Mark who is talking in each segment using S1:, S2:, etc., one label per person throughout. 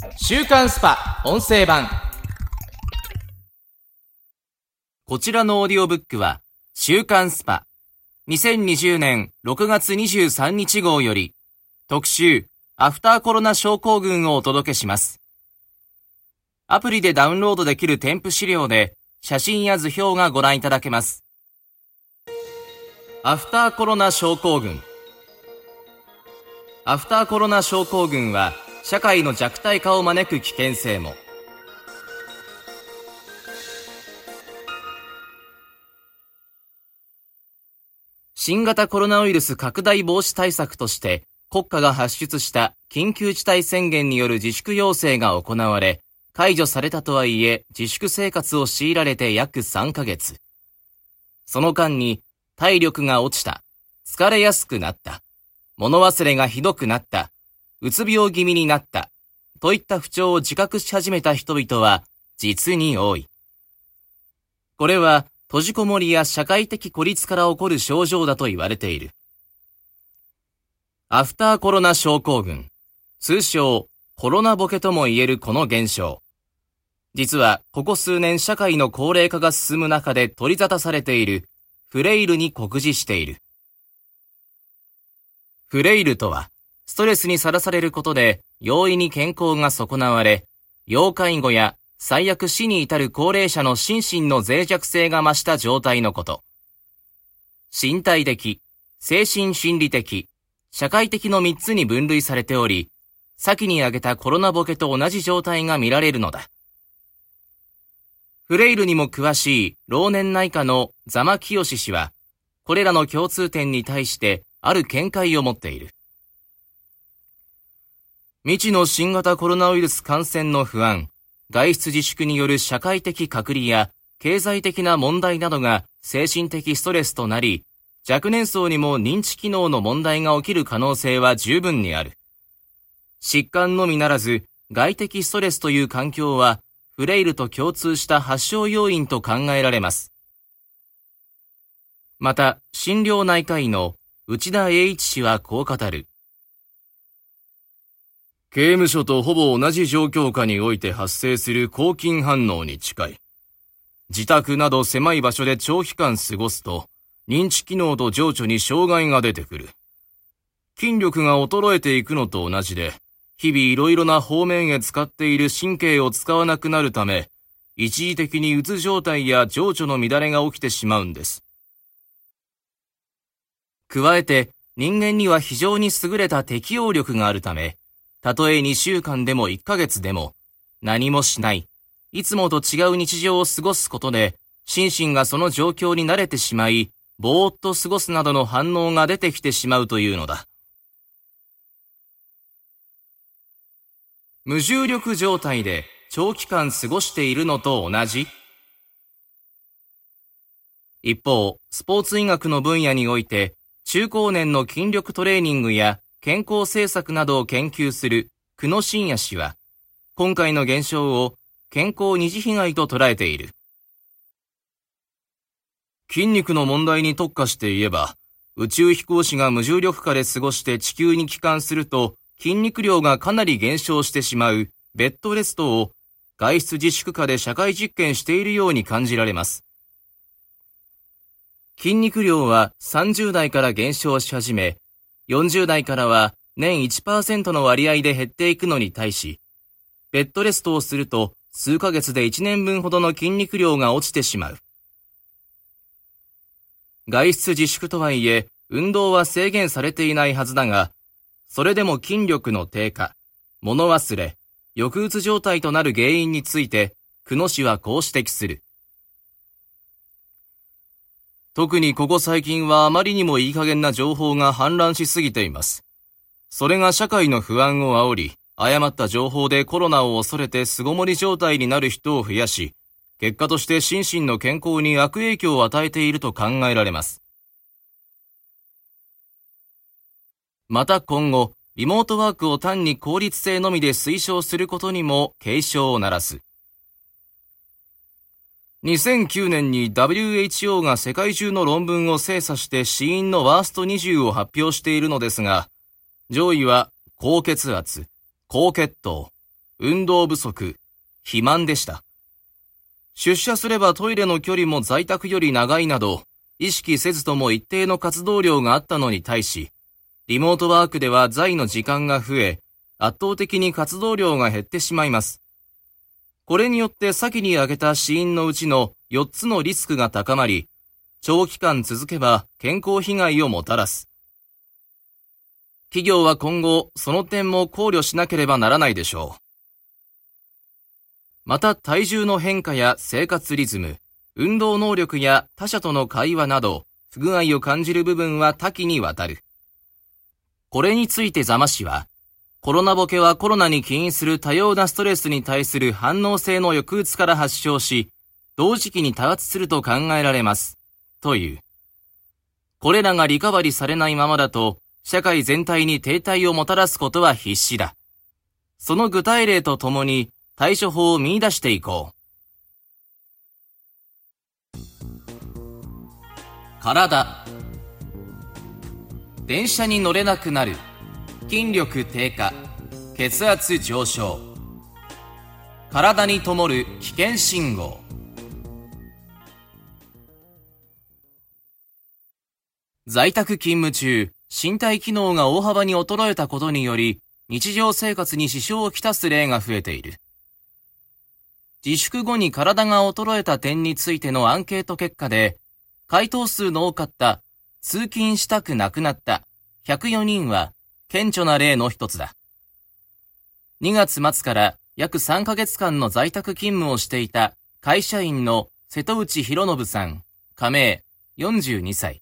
S1: 週刊スパ音声版。こちらのオーディオブックは週刊スパ2020年6月23日号より特集アフターコロナ症候群をお届けします。アプリでダウンロードできる添付資料で写真や図表がご覧いただけます。アフターコロナ症候群。アフターコロナ症候群は社会の弱体化を招く危険性も。新型コロナウイルス拡大防止対策として国家が発出した緊急事態宣言による自粛要請が行われ、解除されたとはいえ自粛生活を強いられて約3ヶ月。その間に体力が落ちた、疲れやすくなった、物忘れがひどくなった、うつ病気味になった、といった不調を自覚し始めた人々は実に多い。これは閉じこもりや社会的孤立から起こる症状だと言われている。アフターコロナ症候群、通称コロナボケとも言えるこの現象。実はここ数年社会の高齢化が進む中で取り沙汰されているフレイルに酷似している。フレイルとは、ストレスにさらされることで容易に健康が損なわれ、要介護や最悪死に至る高齢者の心身の脆弱性が増した状態のこと。身体的、精神心理的、社会的の3つに分類されており、先に挙げたコロナボケと同じ状態が見られるのだ。フレイルにも詳しい老年内科の座間清氏は、これらの共通点に対してある見解を持っている。未知の新型コロナウイルス感染の不安、外出自粛による社会的隔離や経済的な問題などが精神的ストレスとなり、若年層にも認知機能の問題が起きる可能性は十分にある。疾患のみならず、外的ストレスという環境は、フレイルと共通した発症要因と考えられます。また、心療内科医の内田栄一氏はこう語る。
S2: 刑務所とほぼ同じ状況下において発生する抗菌反応に近い。自宅など狭い場所で長期間過ごすと、認知機能と情緒に障害が出てくる。筋力が衰えていくのと同じで、日々いろいろな方面へ使っている神経を使わなくなるため、一時的にうつ状態や情緒の乱れが起きてしまうんです。
S1: 加えて、人間には非常に優れた適応力があるため、たとえ2週間でも1ヶ月でも、何もしない、いつもと違う日常を過ごすことで、心身がその状況に慣れてしまい、ぼーっと過ごすなどの反応が出てきてしまうというのだ。無重力状態で長期間過ごしているのと同じ？一方、スポーツ医学の分野において、中高年の筋力トレーニングや健康政策などを研究する久野真也氏は、今回の現象を健康二次被害と捉えている。
S2: 筋肉の問題に特化して言えば、宇宙飛行士が無重力下で過ごして地球に帰還すると、筋肉量がかなり減少してしまうベッドレストを外出自粛下で社会実験しているように感じられます。
S1: 筋肉量は30代から減少し始め、40代からは年 1% の割合で減っていくのに対し、ベッドレストをすると数ヶ月で1年分ほどの筋肉量が落ちてしまう。外出自粛とはいえ、運動は制限されていないはずだが、それでも筋力の低下、物忘れ、抑うつ状態となる原因について、久野氏はこう指摘する。
S2: 特にここ最近はあまりにもいい加減な情報が氾濫しすぎています。それが社会の不安を煽り、誤った情報でコロナを恐れて巣ごもり状態になる人を増やし、結果として心身の健康に悪影響を与えていると考えられます。
S1: また今後、リモートワークを単に効率性のみで推奨することにも警鐘を鳴らす。
S2: 2009年に WHO が世界中の論文を精査して死因のワースト20を発表しているのですが、上位は高血圧、高血糖、 運動不足、肥満でした。出社すればトイレの距離も在宅より長いなど、意識せずとも一定の活動量があったのに対し、リモートワークでは在の時間が増え、圧倒的に活動量が減ってしまいます。これによって先に挙げた死因のうちの4つのリスクが高まり、長期間続けば健康被害をもたらす。企業は今後、その点も考慮しなければならないでしょう。また体重の変化や生活リズム、運動能力や他者との会話など、不具合を感じる部分は多岐にわたる。これについて座間氏は、コロナボケはコロナに起因する多様なストレスに対する反応性の抑うつから発症し、同時期に多発すると考えられます。という。これらがリカバリされないままだと、社会全体に停滞をもたらすことは必至だ。その具体例とともに対処法を見出していこう。体。電車に乗れなくなる。筋力低下。血圧上昇。体に灯る危険信号。在宅勤務中、身体機能が大幅に衰えたことにより、日常生活に支障をきたす例が増えている。自粛後に体が衰えた点についてのアンケート結果で、回答数の多かった通勤したくなくなった104人は顕著な例の一つだ。2月末から約3ヶ月間の在宅勤務をしていた会社員の瀬戸内博信さん、加盟42歳。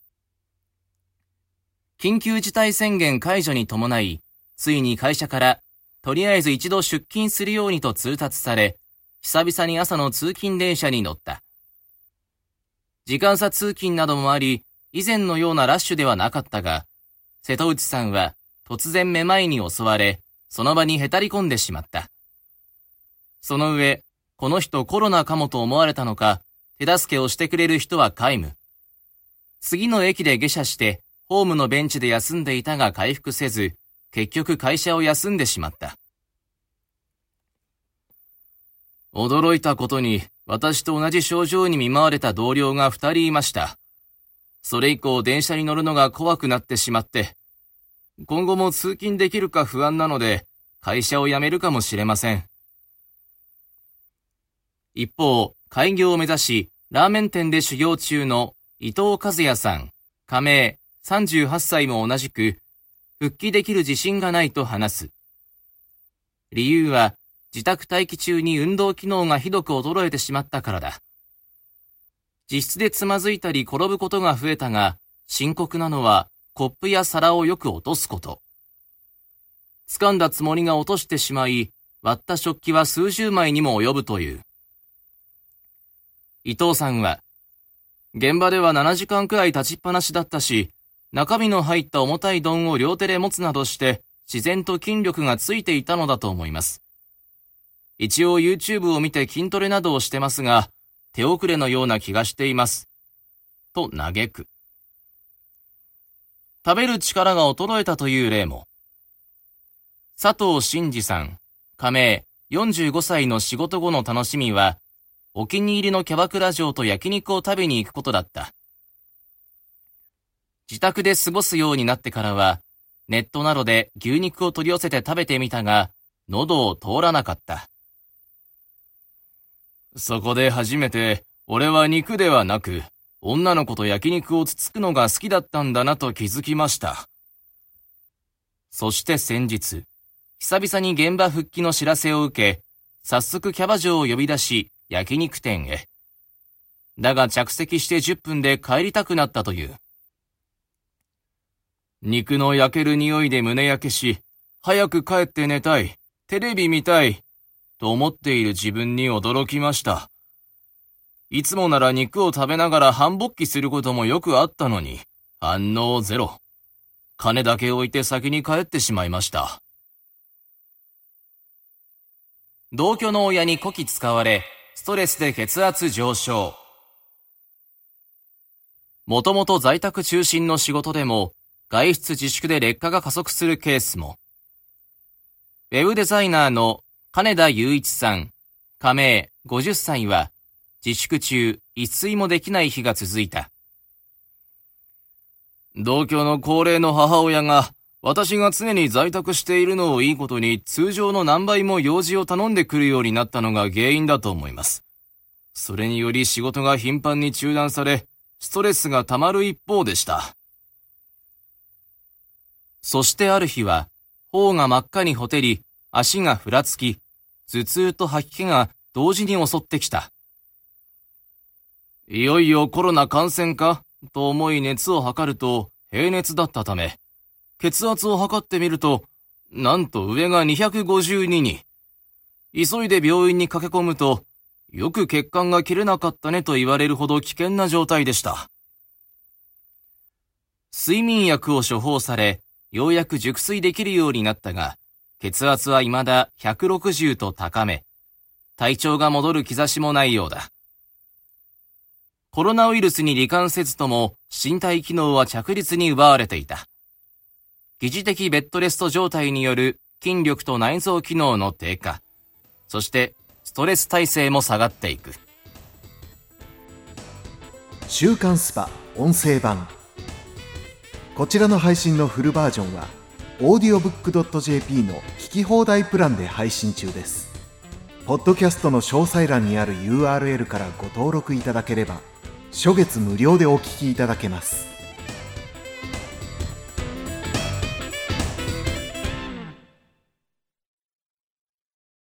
S2: 緊急事態宣言解除に伴い、ついに会社からとりあえず一度出勤するようにと通達され、久々に朝の通勤電車に乗った。時間差通勤などもあり、以前のようなラッシュではなかったが、瀬戸内さんは突然めまいに襲われ、その場にへたり込んでしまった。その上、この人コロナかもと思われたのか、手助けをしてくれる人は皆無。次の駅で下車して、ホームのベンチで休んでいたが回復せず、結局会社を休んでしまった。驚いたことに、私と同じ症状に見舞われた同僚が2人いました。それ以降電車に乗るのが怖くなってしまって、今後も通勤できるか不安なので、会社を辞めるかもしれません。一方、開業を目指し、ラーメン店で修行中の伊藤和也さん、加盟38歳も同じく、復帰できる自信がないと話す。理由は、自宅待機中に運動機能がひどく衰えてしまったからだ。自室でつまずいたり転ぶことが増えたが、深刻なのはコップや皿をよく落とすこと。掴んだつもりが落としてしまい、割った食器は数十枚にも及ぶという。伊藤さんは、現場では7時間くらい立ちっぱなしだったし、中身の入った重たい丼を両手で持つなどして、自然と筋力がついていたのだと思います。一応 YouTube を見て筋トレなどをしてますが、手遅れのような気がしています。と嘆く。食べる力が衰えたという例も。佐藤真二さん、加盟45歳の仕事後の楽しみは、お気に入りのキャバクラ嬢と焼肉を食べに行くことだった。自宅で過ごすようになってからは、ネットなどで牛肉を取り寄せて食べてみたが、喉を通らなかった。そこで初めて、俺は肉ではなく、女の子と焼肉をつつくのが好きだったんだなと気づきました。そして先日、久々に現場復帰の知らせを受け、早速キャバ嬢を呼び出し、焼肉店へ。だが着席して10分で帰りたくなったという。肉の焼ける匂いで胸焼けし、早く帰って寝たい、テレビ見たい、と思っている自分に驚きました。いつもなら肉を食べながら半勃起することもよくあったのに、反応ゼロ。金だけ置いて先に帰ってしまいました。同居の親にこき使われ、ストレスで血圧上昇。もともと在宅中心の仕事でも、外出自粛で劣化が加速するケースも。ウェブデザイナーの
S1: 金田雄一さん、加盟50歳は、自粛中、一睡もできない日が続いた。
S2: 同居の高齢の母親が、私が常に在宅しているのをいいことに、通常の何倍も用事を頼んでくるようになったのが原因だと思います。それにより仕事が頻繁に中断され、ストレスが溜まる一方でした。
S1: そしてある日は、頬が真っ赤にほてり、足がふらつき、頭痛と吐き気が同時に襲ってきた。
S2: いよいよコロナ感染かと思い熱を測ると平熱だったため、血圧を測ってみると、なんと上が252に。急いで病院に駆け込むと、よく血管が切れなかったねと言われるほど危険な状態でした。
S1: 睡眠薬を処方され、ようやく熟睡できるようになったが、血圧は未だ160と高め、体調が戻る兆しもないようだ。コロナウイルスに罹患せずとも身体機能は着実に奪われていた。疑似的ベッドレスト状態による筋力と内臓機能の低下、そしてストレス耐性も下がっていく。
S3: 週刊スパ音声版。こちらの配信のフルバージョンは audiobook.jp の聞き放題プランで配信中です。ポッドキャストの詳細欄にある URL からご登録いただければ初月無料でお聞きいただけます。